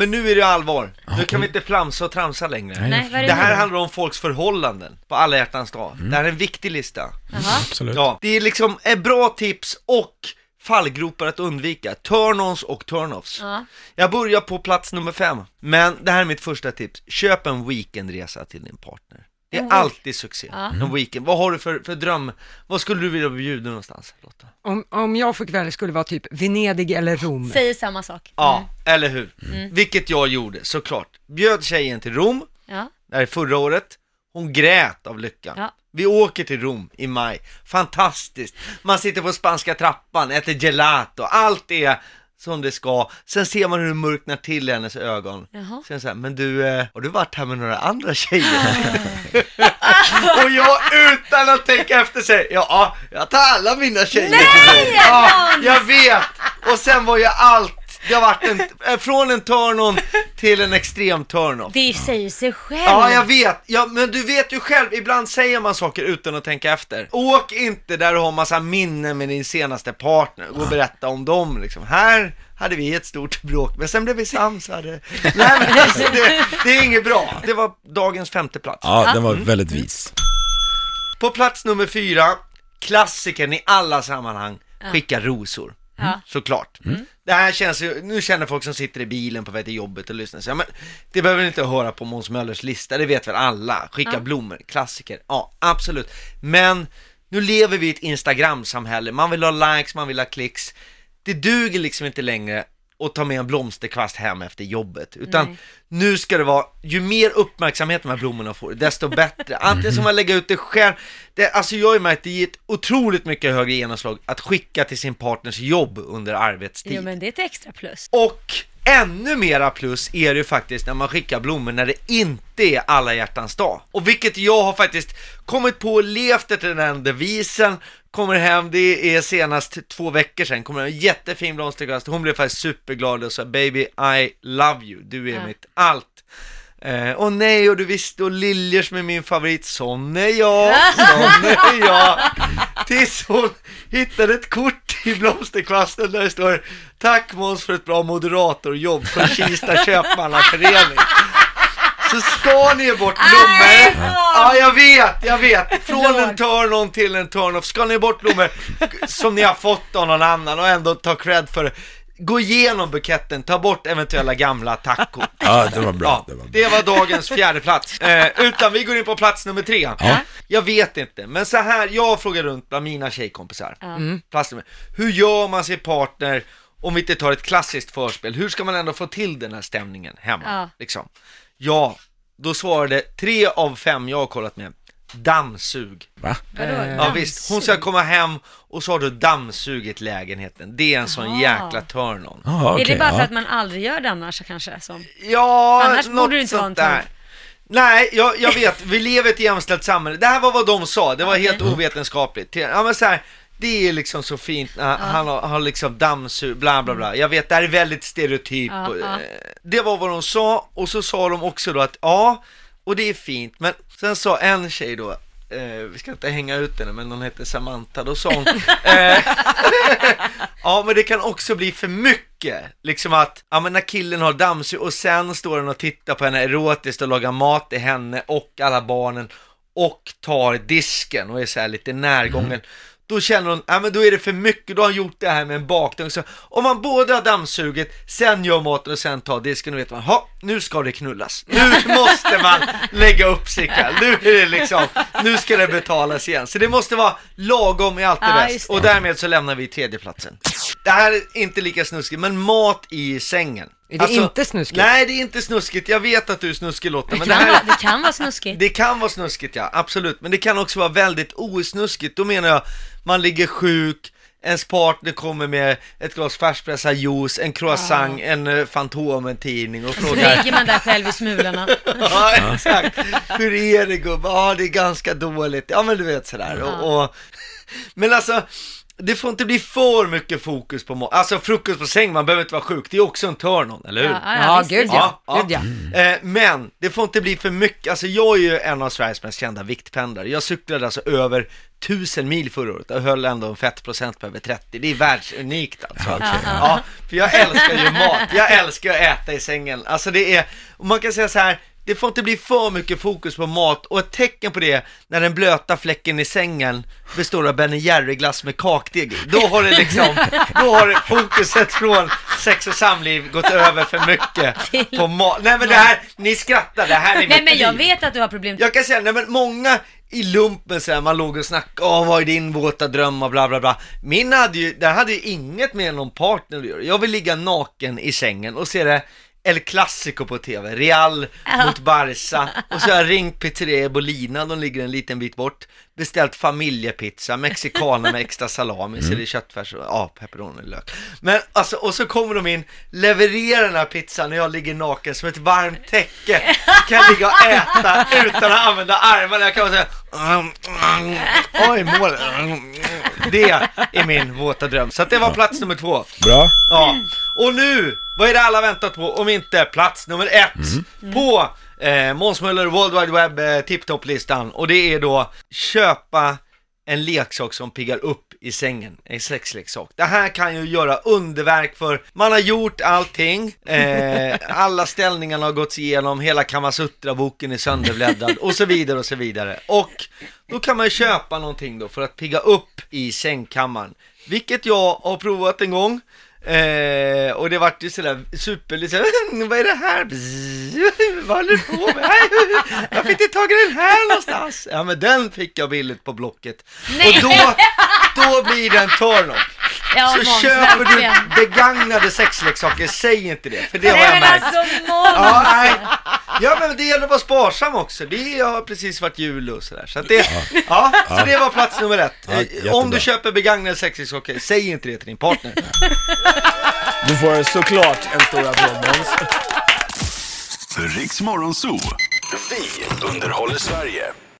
men nu är det allvar. Nu kan vi inte flamsa och tramsa längre. Nej, det här handlar om folks förhållanden på alla hjärtans dag. Det här är en viktig lista. Absolut. Ja, det är liksom ett bra tips och fallgropar att undvika. Turn-ons och turn-offs. Jag börjar på plats nummer 5. Men det här är mitt första tips. Köp en weekendresa till din partner. Det är alltid succé. En weekend. Vad har du för dröm? Vad skulle du vilja bjuda någonstans, Lotta? Om jag fick välja skulle det vara typ Venedig eller Rom. Säger samma sak. Ja, eller hur? Vilket jag gjorde, såklart. Bjöd tjejen till Rom. Det här är förra året. Hon grät av lycka. Vi åker till Rom i maj. Fantastiskt. Man sitter på spanska trappan, äter gelato. Allt är som det ska. Sen ser man hur det mörknar till i hennes ögon. Sen så här, men du, har du varit här med några andra tjejer? Och jag utan att tänka efter sig, ja, jag tar alla mina tjejer till Rom. Ja, jag vet. Och sen var ju allt. Det har varit från en turn-on till en extrem turn-off. Det säger sig själv. Ja, jag vet. Ja, men du vet ju själv, ibland säger man saker utan att tänka efter. Åk inte där du har massa minnen med din senaste partner och berätta om dem. Liksom. Här hade vi ett stort bråk, men sen blev vi sams. Nej, men alltså, det är inget bra. Det var dagens 5:e plats. Ja, den var väldigt vis. På plats nummer 4, klassikern i alla sammanhang, skicka rosor. Såklart. Det här känns ju, nu känner folk som sitter i bilen på väg till jobbet och lyssnar. Så, men det behöver inte höra på Måns Möllers lista, det vet väl alla. Skicka blommor, klassiker. Ja, absolut. Men nu lever vi i ett Instagram-samhälle. Man vill ha likes, man vill ha klicks. Det duger liksom inte längre att ta med en blomsterkvast hem efter jobbet. Utan nu ska det vara, ju mer uppmärksamhet de här blommorna får, desto bättre. Antingen som man lägger ut det själv. Alltså jag har ju märkt att det ger ett otroligt mycket högre genomslag att skicka till sin partners jobb under arbetstid. Jo, men det är ett extra plus. Och ännu mera plus är det ju faktiskt när man skickar blommor när det inte är alla hjärtans dag. Och vilket jag har faktiskt kommit på och levt efter den devisen. Kommer hem, det är senast 2 veckor sedan, kommer en jättefin blomsterkvast. Hon blev faktiskt superglad och sa, baby, I love you, du är mitt allt. Och nej, och du visste, och liljor som är min favorit. Sån är jag. Tills hon hittade ett kort i blomsterkvasten där det står, tack Måns för ett bra moderatorjobb från Kista köpmannaförening. Så ska ni bort blommor. Ja, jag vet. Från en turn-on till en turn-off. Ska ni bort blommor som ni har fått av någon annan och ändå ta cred för det. Gå igenom buketten, ta bort eventuella gamla tackkort. Ja, det var bra. Ja, det var dagens 4:e plats. Utan vi går in på plats nummer 3. Jag vet inte, men så här, jag frågar runt bland mina tjejkompisar. Plats nummer. Hur gör man sin partner om vi inte tar ett klassiskt förspel? Hur ska man ändå få till den här stämningen hemma? Liksom. Ja, då svarade 3 av 5 jag har kollat med. Dammsug. Va? Ja visst, hon ska komma hem och så har du dammsugit lägenheten. Det är en sån jäkla turn-on. Är det bara för att man aldrig gör det annars kanske? Som... Ja, annars borde det inte vara en turn. Nej, jag vet, vi lever i ett jämställt samhälle. Det här var vad de sa, det var helt ovetenskapligt. Ja, men så här, det är liksom så fint. Han har liksom dammsug, bla bla bla. Jag vet, det här är väldigt stereotyp. Det var vad de sa. Och så sa de också då att och det är fint. Men sen sa en tjej då, vi ska inte hänga ut henne, men hon heter Samantha. Då sa hon ja, men det kan också bli för mycket. Liksom att, ja, men när killen har dammsug och sen står den och tittar på henne erotiskt och lagar mat till henne och alla barnen och tar disken och är så här lite närgången. Då känner hon, ja men då är det för mycket, då har han gjort det här med en bakdörr. Så om man både har dammsuget, sen gör maten och sen tar disken, och vet man, nu ska det knullas. Nu måste man lägga upp sig kall. Nu är det liksom, nu ska det betalas igen. Så det måste vara lagom i allt det bäst. Och därmed så lämnar vi 3:e platsen. Det här är inte lika snuskigt, men mat i sängen. Är det inte snuskigt? Nej, det är inte snuskigt. Jag vet att du är snuskig, Lotta. Men det kan vara snuskigt. Det kan vara snuskigt, ja. Absolut. Men det kan också vara väldigt osnuskigt. Då menar jag, man ligger sjuk, ens partner kommer med ett glas färskpressad juice, en croissant, en Fantomen-tidning och frågar... Så ligger man där själv i smulorna. Ja, exakt. Hur är det, gubbe? Ja, det är ganska dåligt. Ja, men du vet sådär. Men alltså... det får inte bli för mycket fokus på mat. Alltså frukost på säng, man behöver inte vara sjuk. Det är också en turn-on, eller hur? Ja, visst, gud visst. ja. Ja. Gud, ja. Men det får inte bli för mycket. Alltså jag är ju en av Sveriges mest kända viktpendlare. Jag cyklade alltså över 1000 mil förra året och höll ändå en fettprocent på över 30. Det är världsunikt alltså. Ja, för jag älskar ju mat. Jag älskar att äta i sängen. Alltså det är, och man kan säga så här, det får inte bli för mycket fokus på mat. Och ett tecken på det, när den blöta fläcken i sängen består av Ben & Jerry-glass med kakdeg. Då har det liksom, då har fokuset från sex och samliv gått över för mycket på mat. Nej men det här, ni skrattar, det här är Nej mitt men jag liv. vet att du har problem. Jag kan säga, nej men många i lumpen så här, man låg och snackade, vad är din våta dröm och bla bla bla. Min hade ju, det hade ju inget med någon partner att göra. Jag vill ligga naken i sängen och se det El Clasico på tv, Real mot Barca. Och så har jag ringt Pizzeria Bolina, de ligger en liten bit bort, beställt familjepizza, mexikaner med extra salami, så det är köttfärs och pepperoni och lök. Men alltså, och så kommer de in, levererar den här pizzan när jag ligger naken som ett varmt täcke. Kan jag ligga och äta utan att använda armarna. Jag kan säga oj, mål. Det är min våta dröm. Så att det var plats nummer 2. Bra. Ja, och nu, vad är det alla väntat på om inte plats nummer 1 på Måns Möller World Wide Web tip-top-listan. Och det är då köpa en leksak som piggar upp i sängen, en sexleksak. Det här kan ju göra underverk, för man har gjort allting, alla ställningarna har gått igenom, hela Kamasutra-boken är sönderbläddrad och så vidare och så vidare. Och då kan man köpa någonting då för att pigga upp i sängkammaren, vilket jag har provat en gång. Och det vart ju sådär super liksom, vad är det här? Vad håller du på med? Jag fick inte tag i den här någonstans. Ja men den fick jag billigt på Blocket. Nej. Och då blir det en turn-off. Ja, Så Måns, köper du verkligen. begagnade sexleksaker, säg inte det, för det har Nej jag men märkt. alltså Måns. Ja, nej. Ja, men det gäller att vara sparsam också. Det har precis varit jul och sådär. Så att det, så det var plats nummer 1. Ja, jättebra. Om du köper begagnade sexleksaker, säg inte det till din partner. Du får såklart en stor applåd, Måns. Riks Morgonzoo. Vi underhåller Sverige.